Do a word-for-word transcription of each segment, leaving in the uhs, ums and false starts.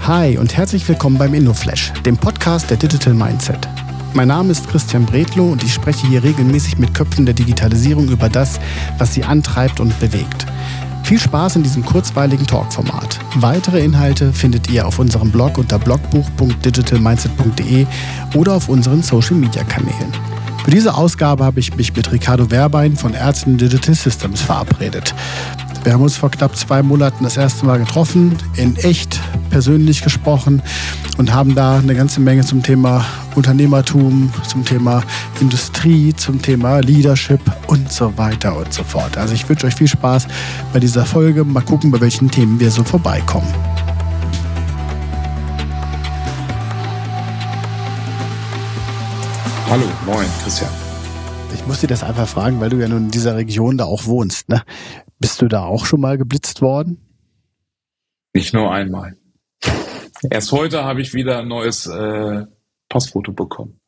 Hi und herzlich willkommen beim InnoFlash, dem Podcast der Digital Mindset. Mein Name ist Christian Bredlow und ich spreche hier regelmäßig mit Köpfen der Digitalisierung über das, was sie antreibt und bewegt. Viel Spaß in diesem kurzweiligen Talkformat. Weitere Inhalte findet ihr auf unserem Blog unter blogbuch punkt digital mindset punkt de oder auf unseren Social-Media-Kanälen. Für diese Ausgabe habe ich mich mit Ricardo Werbein von Ärzten Digital Systems verabredet. Wir haben uns vor knapp zwei Monaten das erste Mal getroffen, in echt persönlich gesprochen und haben da eine ganze Menge zum Thema Unternehmertum, zum Thema Industrie, zum Thema Leadership und so weiter und so fort. Also ich wünsche euch viel Spaß bei dieser Folge. Mal gucken, bei welchen Themen wir so vorbeikommen. Hallo, moin, Christian. Ich muss dir das einfach fragen, weil du ja nun in dieser Region da auch wohnst, ne? Bist du da auch schon mal geblitzt worden? Nicht nur einmal. Erst heute habe ich wieder ein neues äh, Passfoto bekommen.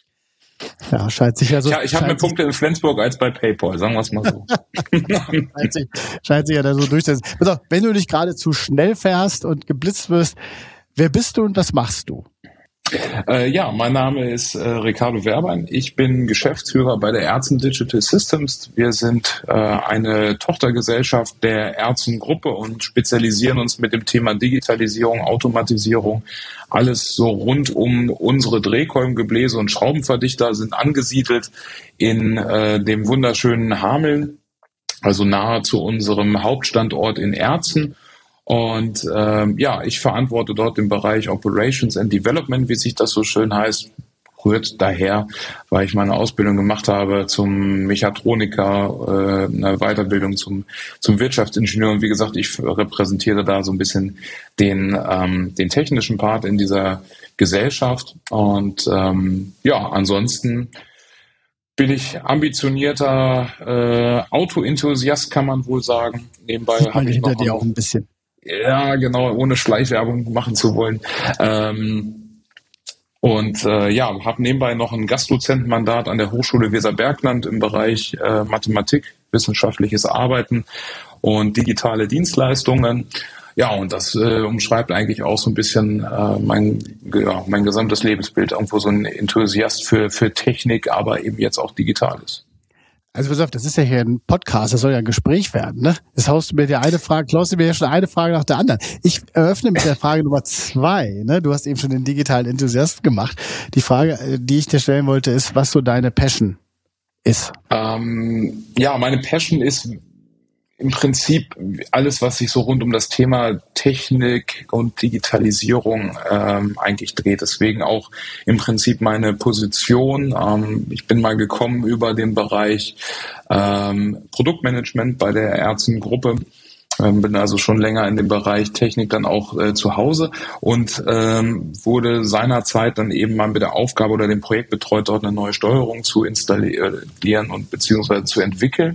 Ja, scheint sich ja so. Ja, ich habe mehr Punkte in Flensburg als bei PayPal, sagen wir es mal so. scheint, sich, scheint sich ja da so durchzusetzen. Pass auf, wenn du nicht gerade zu schnell fährst und geblitzt wirst, wer bist du und was machst du? Äh, ja, mein Name ist äh, Ricardo Werbein. Ich bin Geschäftsführer bei der Ärzten Digital Systems. Wir sind äh, eine Tochtergesellschaft der Ärzten-Gruppe und spezialisieren uns mit dem Thema Digitalisierung, Automatisierung. Alles so rund um unsere Drehkolbengebläse und Schraubenverdichter sind angesiedelt in äh, dem wunderschönen Hameln, also nahe zu unserem Hauptstandort in Erzen. Und ähm, ja, ich verantworte dort den Bereich Operations and Development, wie sich das so schön heißt. Rührt daher, weil ich meine Ausbildung gemacht habe zum Mechatroniker, äh, eine Weiterbildung zum zum Wirtschaftsingenieur. Und wie gesagt, ich repräsentiere da so ein bisschen den ähm, den technischen Part in dieser Gesellschaft. Und ähm, ja, ansonsten bin ich ambitionierter äh, Autoenthusiast, kann man wohl sagen. Nebenbei habe ich hinter noch dir auch ein bisschen. Ja, genau, ohne Schleichwerbung machen zu wollen. Ähm, und äh, ja, habe nebenbei noch ein Gastdozentenmandat an der Hochschule Weserbergland im Bereich äh, Mathematik, wissenschaftliches Arbeiten und digitale Dienstleistungen. Ja, und das äh, umschreibt eigentlich auch so ein bisschen äh, mein, ja, mein gesamtes Lebensbild. Irgendwo so ein Enthusiast für, für Technik, aber eben jetzt auch Digitales. Also pass auf, das ist ja hier ein Podcast, das soll ja ein Gespräch werden, ne? Jetzt haust du mir dir eine Frage, klaust du mir ja schon eine Frage nach der anderen. Ich eröffne mit der Frage Nummer zwei, ne? Du hast eben schon den digitalen Enthusiasten gemacht. Die Frage, die ich dir stellen wollte, ist, was so deine Passion ist. Ähm, ja, meine Passion ist im Prinzip alles, was sich so rund um das Thema Technik und Digitalisierung ähm, eigentlich dreht. Deswegen auch im Prinzip meine Position. Ähm, ich bin mal gekommen über den Bereich ähm, Produktmanagement bei der Ärztengruppe. Ähm, bin also schon länger in dem Bereich Technik dann auch äh, zu Hause und ähm, wurde seinerzeit dann eben mal mit der Aufgabe oder dem Projekt betreut, dort eine neue Steuerung zu installieren und beziehungsweise zu entwickeln.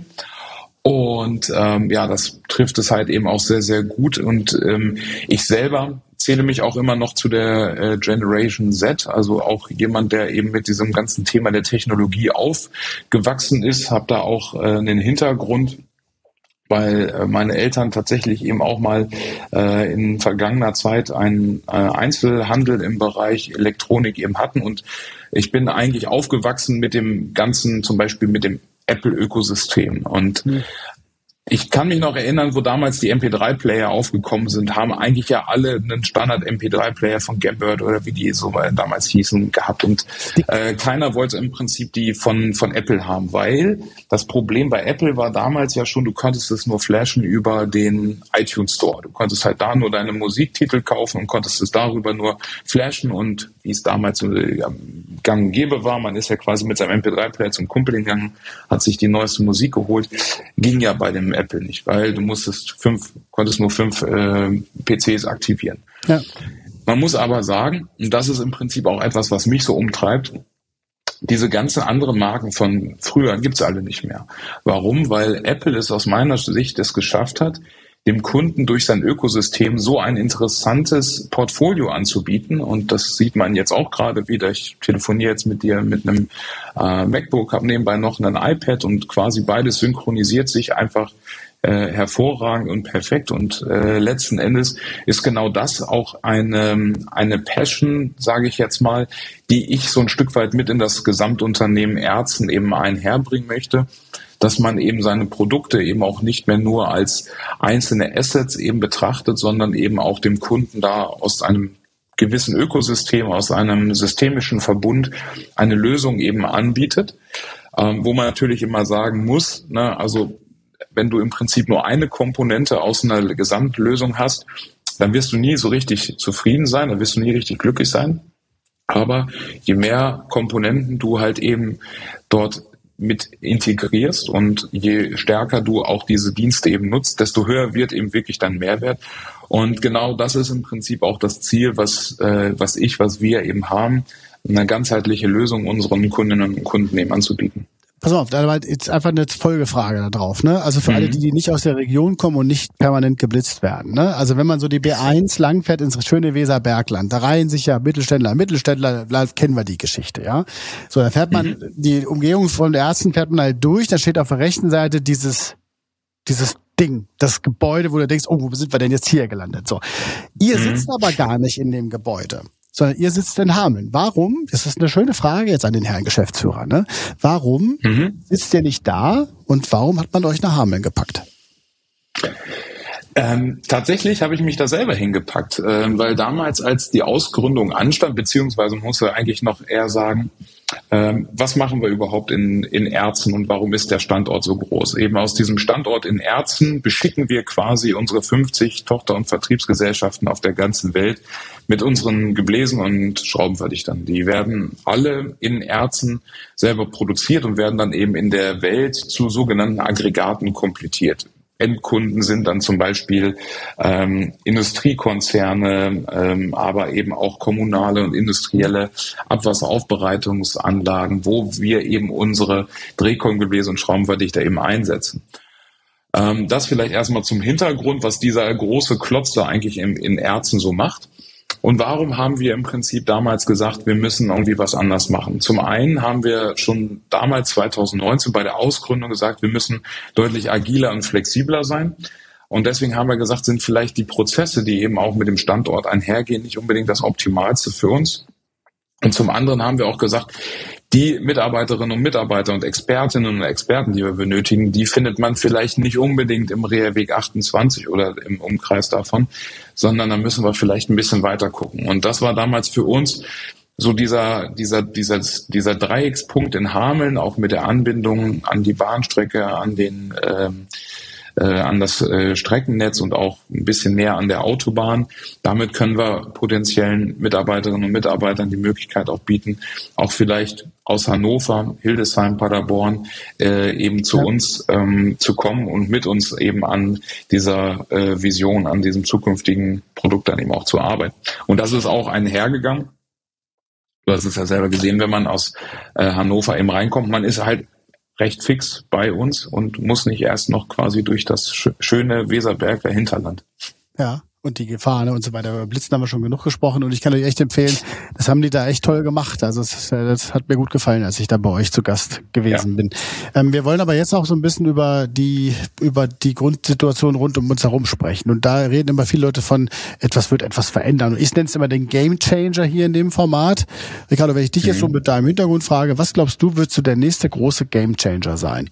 Und ähm, ja, das trifft es halt eben auch sehr, sehr gut. Und ähm, ich selber zähle mich auch immer noch zu der äh, Generation Z, also auch jemand, der eben mit diesem ganzen Thema der Technologie aufgewachsen ist, habe da auch äh, einen Hintergrund, weil äh, meine Eltern tatsächlich eben auch mal äh, in vergangener Zeit einen äh, Einzelhandel im Bereich Elektronik eben hatten. Und ich bin eigentlich aufgewachsen mit dem Ganzen, zum Beispiel mit dem Apple-Ökosystem. Und mhm. ich kann mich noch erinnern, wo damals die M P drei Player aufgekommen sind, haben eigentlich ja alle einen Standard-M P drei Player von Gambird oder wie die so damals hießen, gehabt. Und äh, keiner wollte im Prinzip die von von Apple haben, weil das Problem bei Apple war damals ja schon, du konntest es nur flashen über den iTunes Store. Du konntest halt da nur deine Musiktitel kaufen und konntest es darüber nur flashen. Und wie es damals so ja, gang und gäbe war, man ist ja quasi mit seinem M P drei Player zum Kumpel gegangen, hat sich die neueste Musik geholt, ging ja bei dem Apple nicht, weil du musstest fünf, konntest nur fünf äh, P Cs aktivieren. Ja. Man muss aber sagen, und das ist im Prinzip auch etwas, was mich so umtreibt, diese ganzen anderen Marken von früher gibt's alle nicht mehr. Warum? Weil Apple es aus meiner Sicht es geschafft hat, dem Kunden durch sein Ökosystem so ein interessantes Portfolio anzubieten. Und das sieht man jetzt auch gerade wieder. Ich telefoniere jetzt mit dir mit einem äh, MacBook, habe nebenbei noch ein iPad und quasi beides synchronisiert sich einfach äh, hervorragend und perfekt. Und äh, letzten Endes ist genau das auch eine, eine Passion, sage ich jetzt mal, die ich so ein Stück weit mit in das Gesamtunternehmen Ärzten eben einherbringen möchte, dass man eben seine Produkte eben auch nicht mehr nur als einzelne Assets eben betrachtet, sondern eben auch dem Kunden da aus einem gewissen Ökosystem, aus einem systemischen Verbund eine Lösung eben anbietet, ähm, wo man natürlich immer sagen muss, ne, also wenn du im Prinzip nur eine Komponente aus einer Gesamtlösung hast, dann wirst du nie so richtig zufrieden sein, dann wirst du nie richtig glücklich sein. Aber je mehr Komponenten du halt eben dort mit integrierst und je stärker du auch diese Dienste eben nutzt, desto höher wird eben wirklich dein Mehrwert. Und genau das ist im Prinzip auch das Ziel, was, äh, was ich, was wir eben haben, eine ganzheitliche Lösung unseren Kundinnen und Kunden eben anzubieten. Pass auf, da war jetzt einfach eine Folgefrage da drauf, ne? Also für mhm. alle, die, die nicht aus der Region kommen und nicht permanent geblitzt werden, ne? Also wenn man so die B eins langfährt ins schöne Weserbergland, da reihen sich ja Mittelständler, Mittelständler, kennen wir die Geschichte, ja? So, da fährt man, mhm. die Umgehung von der Ärzten fährt man halt durch, da steht auf der rechten Seite dieses, dieses Ding, das Gebäude, wo du denkst, oh, wo sind wir denn jetzt hier gelandet? So. Ihr mhm. sitzt aber gar nicht in dem Gebäude, sondern ihr sitzt in Hameln. Warum? Das ist eine schöne Frage jetzt an den Herrn Geschäftsführer, ne? Warum mhm. sitzt ihr nicht da und warum hat man euch nach Hameln gepackt? Ähm, tatsächlich habe ich mich da selber hingepackt, äh, weil damals, als die Ausgründung anstand, beziehungsweise muss er eigentlich noch eher sagen, ähm, was machen wir überhaupt in, in Erzen und warum ist der Standort so groß? Eben aus diesem Standort in Erzen beschicken wir quasi unsere fünfzig Tochter- und Vertriebsgesellschaften auf der ganzen Welt mit unseren Gebläsen und Schraubenverdichtern. Die werden alle in Erzen selber produziert und werden dann eben in der Welt zu sogenannten Aggregaten komplettiert. Endkunden sind dann zum Beispiel ähm, Industriekonzerne, ähm, aber eben auch kommunale und industrielle Abwasseraufbereitungsanlagen, wo wir eben unsere Drehkolbengebläse und Schraubenverdichter eben einsetzen. Ähm, das vielleicht erstmal zum Hintergrund, was dieser große Klotz da eigentlich in, in Erzen so macht. Und warum haben wir im Prinzip damals gesagt, wir müssen irgendwie was anders machen? Zum einen haben wir schon damals zwanzig neunzehn bei der Ausgründung gesagt, wir müssen deutlich agiler und flexibler sein. Und deswegen haben wir gesagt, sind vielleicht die Prozesse, die eben auch mit dem Standort einhergehen, nicht unbedingt das Optimalste für uns. Und zum anderen haben wir auch gesagt, die Mitarbeiterinnen und Mitarbeiter und Expertinnen und Experten, die wir benötigen, die findet man vielleicht nicht unbedingt im Reherweg achtundzwanzig oder im Umkreis davon, sondern da müssen wir vielleicht ein bisschen weiter gucken. Und das war damals für uns so dieser, dieser, dieser, dieser Dreieckspunkt in Hameln, auch mit der Anbindung an die Bahnstrecke, an den, ähm, äh, an das äh, Streckennetz und auch ein bisschen näher an der Autobahn. Damit können wir potenziellen Mitarbeiterinnen und Mitarbeitern die Möglichkeit auch bieten, auch vielleicht aus Hannover, Hildesheim, Paderborn äh, eben zu ja. uns ähm, zu kommen und mit uns eben an dieser äh, Vision, an diesem zukünftigen Produkt dann eben auch zu arbeiten. Und das ist auch einhergegangen. Du hast es ja selber gesehen, wenn man aus äh, Hannover eben reinkommt, man ist halt recht fix bei uns und muss nicht erst noch quasi durch das sch- schöne Weserberger Hinterland. Ja, und die Gefahren und so weiter. Über Blitzen haben wir schon genug gesprochen und ich kann euch echt empfehlen, das haben die da echt toll gemacht. Also das, das hat mir gut gefallen, als ich da bei euch zu Gast gewesen ja. bin. Ähm, wir wollen aber jetzt auch so ein bisschen über die über die Grundsituation rund um uns herum sprechen. Und da reden immer viele Leute von, etwas wird etwas verändern. Und ich nenne es immer den Game Changer hier in dem Format. Ricardo, wenn ich dich mhm. jetzt so mit deinem Hintergrund frage, was glaubst du, wird so der nächste große Game Changer sein?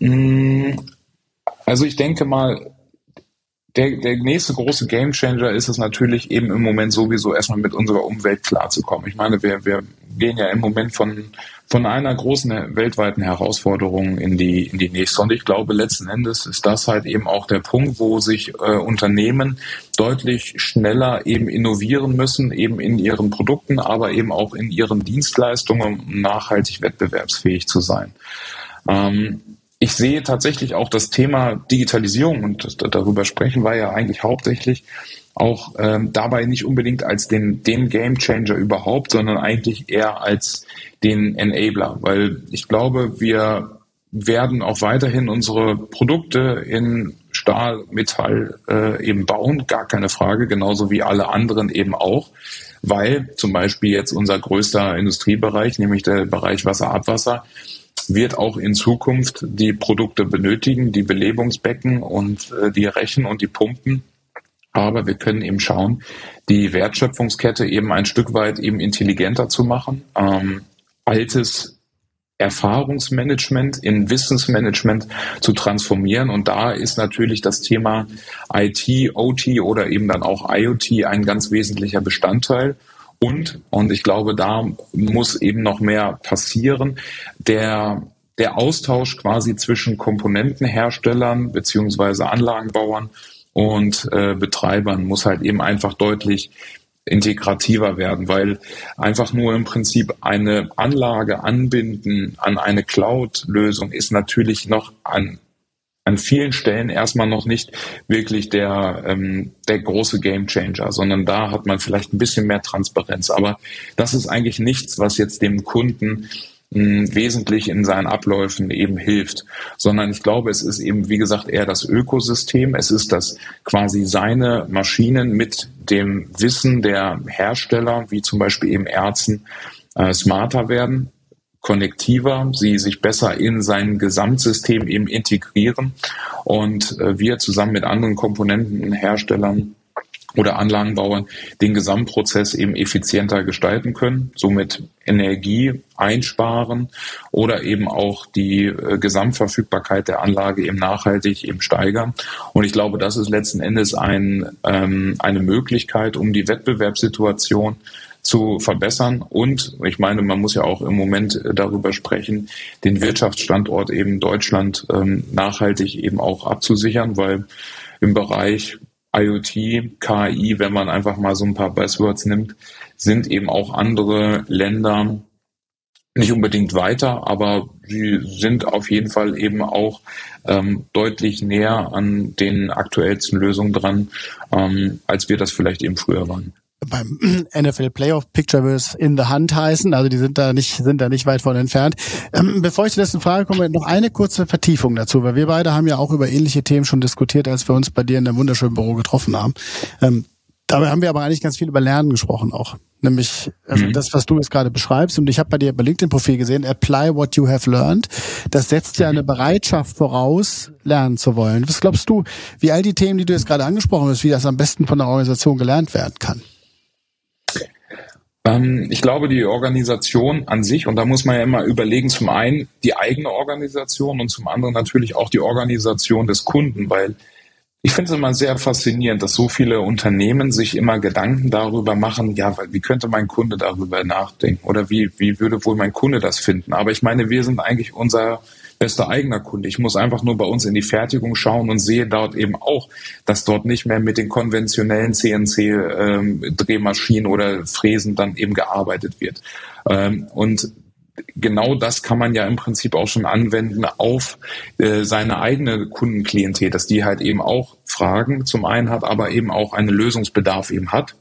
Also ich denke mal, Der, der nächste große Gamechanger ist es natürlich eben im Moment sowieso erstmal mit unserer Umwelt klarzukommen. Ich meine, wir, wir gehen ja im Moment von, von einer großen weltweiten Herausforderung in die, in die nächste. Und ich glaube, letzten Endes ist das halt eben auch der Punkt, wo sich äh, Unternehmen deutlich schneller eben innovieren müssen, eben in ihren Produkten, aber eben auch in ihren Dienstleistungen, um nachhaltig wettbewerbsfähig zu sein. Ähm, Ich sehe tatsächlich auch das Thema Digitalisierung, und das, darüber sprechen wir ja eigentlich hauptsächlich, auch ähm, dabei nicht unbedingt als den, den Gamechanger überhaupt, sondern eigentlich eher als den Enabler. Weil ich glaube, wir werden auch weiterhin unsere Produkte in Stahl, Metall äh, eben bauen, gar keine Frage, genauso wie alle anderen eben auch. Weil zum Beispiel jetzt unser größter Industriebereich, nämlich der Bereich Wasser, Abwasser, wird auch in Zukunft die Produkte benötigen, die Belebungsbecken und äh, die Rechen und die Pumpen. Aber wir können eben schauen, die Wertschöpfungskette eben ein Stück weit eben intelligenter zu machen, ähm, altes Erfahrungsmanagement in Wissensmanagement zu transformieren. Und da ist natürlich das Thema I T, O T oder eben dann auch I O T ein ganz wesentlicher Bestandteil. Und, und ich glaube, da muss eben noch mehr passieren, der der Austausch quasi zwischen Komponentenherstellern beziehungsweise Anlagenbauern und äh, Betreibern muss halt eben einfach deutlich integrativer werden, weil einfach nur im Prinzip eine Anlage anbinden an eine Cloud-Lösung ist natürlich noch an an vielen Stellen erstmal noch nicht wirklich der ähm, der große Gamechanger, sondern da hat man vielleicht ein bisschen mehr Transparenz. Aber das ist eigentlich nichts, was jetzt dem Kunden wesentlich in seinen Abläufen eben hilft, sondern ich glaube, es ist eben, wie gesagt, eher das Ökosystem. Es ist das quasi seine Maschinen mit dem Wissen der Hersteller, wie zum Beispiel eben Ärzten, äh, smarter werden, konnektiver, sie sich besser in sein Gesamtsystem eben integrieren und äh, wir zusammen mit anderen Komponentenherstellern oder Anlagenbauern den Gesamtprozess eben effizienter gestalten können, somit Energie einsparen oder eben auch die äh, Gesamtverfügbarkeit der Anlage eben nachhaltig eben steigern. Und ich glaube, das ist letzten Endes ein, ähm, eine Möglichkeit, um die Wettbewerbssituation zu verbessern. Und ich meine, man muss ja auch im Moment darüber sprechen, den Wirtschaftsstandort eben Deutschland ähm, nachhaltig eben auch abzusichern, weil im Bereich I O T, K I, wenn man einfach mal so ein paar Buzzwords nimmt, sind eben auch andere Länder nicht unbedingt weiter, aber sie sind auf jeden Fall eben auch ähm, deutlich näher an den aktuellsten Lösungen dran, ähm, als wir das vielleicht eben früher waren. Beim N F L Playoff Picture würde es in the Hand heißen, also die sind da nicht sind da nicht weit von entfernt. Ähm, bevor ich zur letzten Frage komme, noch eine kurze Vertiefung dazu, weil wir beide haben ja auch über ähnliche Themen schon diskutiert, als wir uns bei dir in deinem wunderschönen Büro getroffen haben. Ähm, dabei haben wir aber eigentlich ganz viel über Lernen gesprochen auch, nämlich also mhm. das, was du jetzt gerade beschreibst. Und ich habe bei dir bei LinkedIn-Profil gesehen, apply what you have learned. Das setzt ja eine Bereitschaft voraus, lernen zu wollen. Was glaubst du, wie all die Themen, die du jetzt gerade angesprochen hast, wie das am besten von der Organisation gelernt werden kann? Ich glaube, die Organisation an sich, und da muss man ja immer überlegen, zum einen die eigene Organisation und zum anderen natürlich auch die Organisation des Kunden, weil ich finde es immer sehr faszinierend, dass so viele Unternehmen sich immer Gedanken darüber machen, ja, wie könnte mein Kunde darüber nachdenken oder wie, wie würde wohl mein Kunde das finden? Aber ich meine, wir sind eigentlich unser bester eigener Kunde. Ich muss einfach nur bei uns in die Fertigung schauen und sehe dort eben auch, dass dort nicht mehr mit den konventionellen C N C-Drehmaschinen ähm, oder Fräsen dann eben gearbeitet wird. Ähm, und genau das kann man ja im Prinzip auch schon anwenden auf äh, seine eigene Kundenklientel, dass die halt eben auch Fragen zum einen hat, aber eben auch einen Lösungsbedarf eben hat.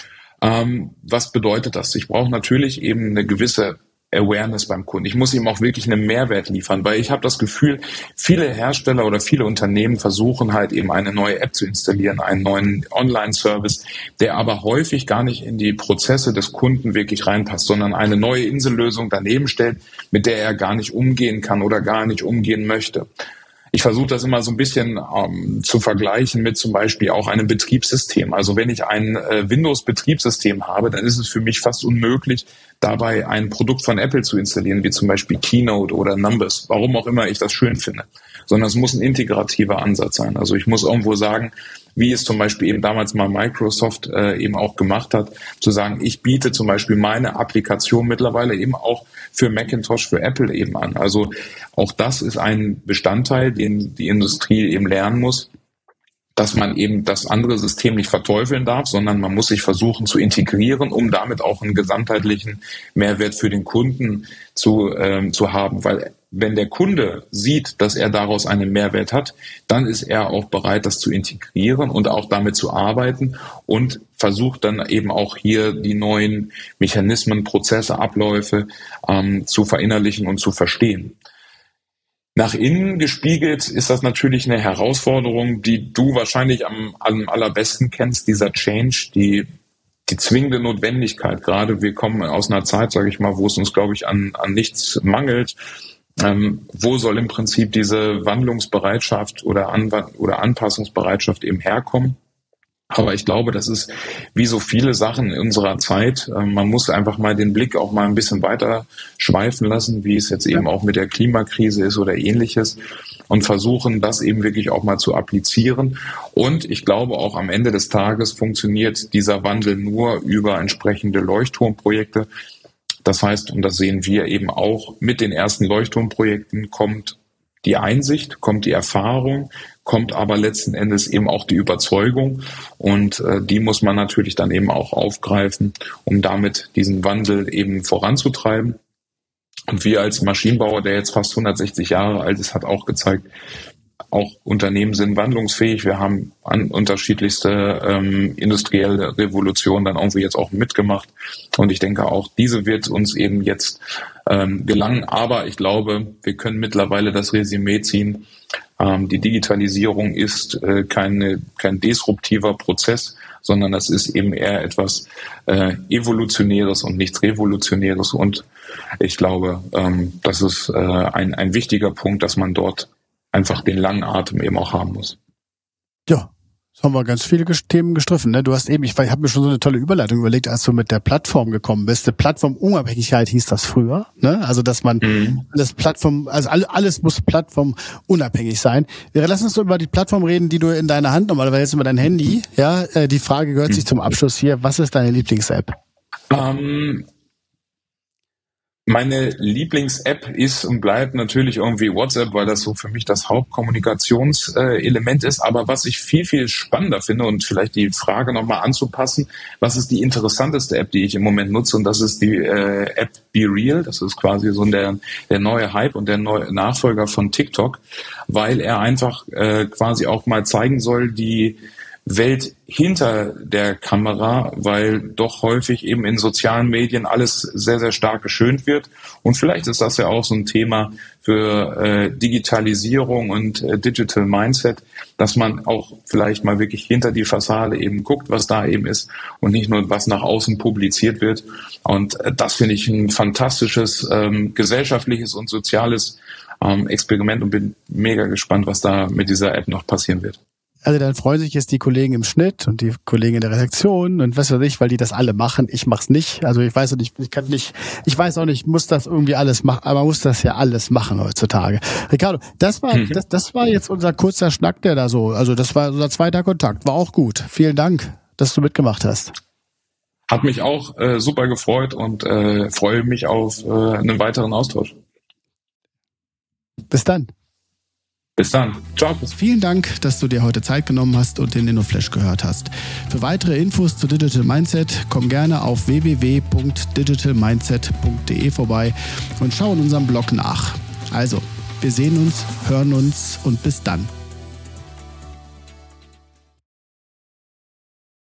Ähm, was bedeutet das? Ich brauche natürlich eben eine gewisse Awareness beim Kunden. Ich muss ihm auch wirklich einen Mehrwert liefern, weil ich habe das Gefühl, viele Hersteller oder viele Unternehmen versuchen halt eben eine neue App zu installieren, einen neuen Online-Service, der aber häufig gar nicht in die Prozesse des Kunden wirklich reinpasst, sondern eine neue Insellösung daneben stellt, mit der er gar nicht umgehen kann oder gar nicht umgehen möchte. Ich versuche das immer so ein bisschen ähm, zu vergleichen mit zum Beispiel auch einem Betriebssystem. Also wenn ich ein äh, Windows-Betriebssystem habe, dann ist es für mich fast unmöglich, dabei ein Produkt von Apple zu installieren, wie zum Beispiel Keynote oder Numbers, warum auch immer ich das schön finde. Sondern es muss ein integrativer Ansatz sein. Also ich muss irgendwo sagen, wie es zum Beispiel eben damals mal Microsoft äh, eben auch gemacht hat, zu sagen, ich biete zum Beispiel meine Applikation mittlerweile eben auch für Macintosh, für Apple eben an. Also auch das ist ein Bestandteil, den die Industrie eben lernen muss, dass man eben das andere System nicht verteufeln darf, sondern man muss sich versuchen zu integrieren, um damit auch einen gesamtheitlichen Mehrwert für den Kunden zu, ähm, zu haben. Weil wenn der Kunde sieht, dass er daraus einen Mehrwert hat, dann ist er auch bereit, das zu integrieren und auch damit zu arbeiten und versucht dann eben auch hier die neuen Mechanismen, Prozesse, Abläufe ähm, zu verinnerlichen und zu verstehen. Nach innen gespiegelt ist das natürlich eine Herausforderung, die du wahrscheinlich am, am allerbesten kennst, dieser Change, die, die zwingende Notwendigkeit. Gerade wir kommen aus einer Zeit, sage ich mal, wo es uns, glaube ich, an, an nichts mangelt. ähm, wo soll im Prinzip diese Wandlungsbereitschaft oder, Anw- oder Anpassungsbereitschaft eben herkommen. Aber ich glaube, das ist wie so viele Sachen in unserer Zeit. Man muss einfach mal den Blick auch mal ein bisschen weiter schweifen lassen, wie es jetzt eben auch mit der Klimakrise ist oder ähnliches, und versuchen, das eben wirklich auch mal zu applizieren. Und ich glaube, auch am Ende des Tages funktioniert dieser Wandel nur über entsprechende Leuchtturmprojekte. Das heißt, und das sehen wir eben auch, mit den ersten Leuchtturmprojekten kommt die Einsicht, kommt die Erfahrung, kommt aber letzten Endes eben auch die Überzeugung, und äh, die muss man natürlich dann eben auch aufgreifen, um damit diesen Wandel eben voranzutreiben. Und wir als Maschinenbauer, der jetzt fast hundertsechzig Jahre alt ist, hat auch gezeigt, auch Unternehmen sind wandlungsfähig. Wir haben an unterschiedlichste ähm, industrielle Revolutionen dann irgendwie jetzt auch mitgemacht. Und ich denke, auch diese wird uns eben jetzt ähm, gelangen. Aber ich glaube, wir können mittlerweile das Resümee ziehen. Ähm, die Digitalisierung ist äh, keine, kein disruptiver Prozess, sondern das ist eben eher etwas äh, Evolutionäres und nichts Revolutionäres. Und ich glaube, ähm, das ist äh, ein, ein wichtiger Punkt, dass man dort einfach den langen Atem eben auch haben muss. Ja, das haben wir ganz viele Themen gestriffen. Ne? Du hast eben, ich, ich habe mir schon so eine tolle Überleitung überlegt, als du mit der Plattform gekommen bist. Die Plattformunabhängigkeit hieß das früher. Ne? Also dass man mhm. das Plattform, also alles muss plattformunabhängig sein. Wir lassen uns über die Plattform reden, die du in deiner Hand normalerweise über dein Handy. Ja, die Frage gehört mhm. sich zum Abschluss hier. Was ist deine Lieblings-App? Ähm, Meine Lieblings-App ist und bleibt natürlich irgendwie WhatsApp, weil das so für mich das Hauptkommunikationselement ist. Aber was ich viel, viel spannender finde, und vielleicht die Frage nochmal anzupassen, was ist die interessanteste App, die ich im Moment nutze? Und das ist die äh, App BeReal. Das ist quasi so der, der neue Hype und der neue Nachfolger von TikTok, weil er einfach äh, quasi auch mal zeigen soll, die Welt hinter der Kamera, weil doch häufig eben in sozialen Medien alles sehr, sehr stark geschönt wird. Und vielleicht ist das ja auch so ein Thema für äh, Digitalisierung und äh, Digital Mindset, dass man auch vielleicht mal wirklich hinter die Fassade eben guckt, was da eben ist, und nicht nur, was nach außen publiziert wird. Und äh, das finde ich ein fantastisches ähm, gesellschaftliches und soziales ähm, Experiment, und bin mega gespannt, was da mit dieser App noch passieren wird. Also dann freuen sich jetzt die Kollegen im Schnitt und die Kollegen in der Redaktion und was weiß ich, weil die das alle machen. Ich mach's nicht. Also ich weiß auch nicht, ich kann nicht, ich weiß auch nicht, muss das irgendwie alles machen, aber man muss das ja alles machen heutzutage. Ricardo, das war, mhm. das, das war jetzt unser kurzer Schnack, der da so, also das war unser zweiter Kontakt, war auch gut. Vielen Dank, dass du mitgemacht hast. Hat mich auch äh, super gefreut und äh, freue mich auf äh, einen weiteren Austausch. Bis dann. Bis dann. Ciao. Vielen Dank, dass du dir heute Zeit genommen hast und den InnoFlash gehört hast. Für weitere Infos zu Digital Mindset komm gerne auf w w w punkt digital mindset punkt d e vorbei und schau in unserem Blog nach. Also, wir sehen uns, hören uns und bis dann.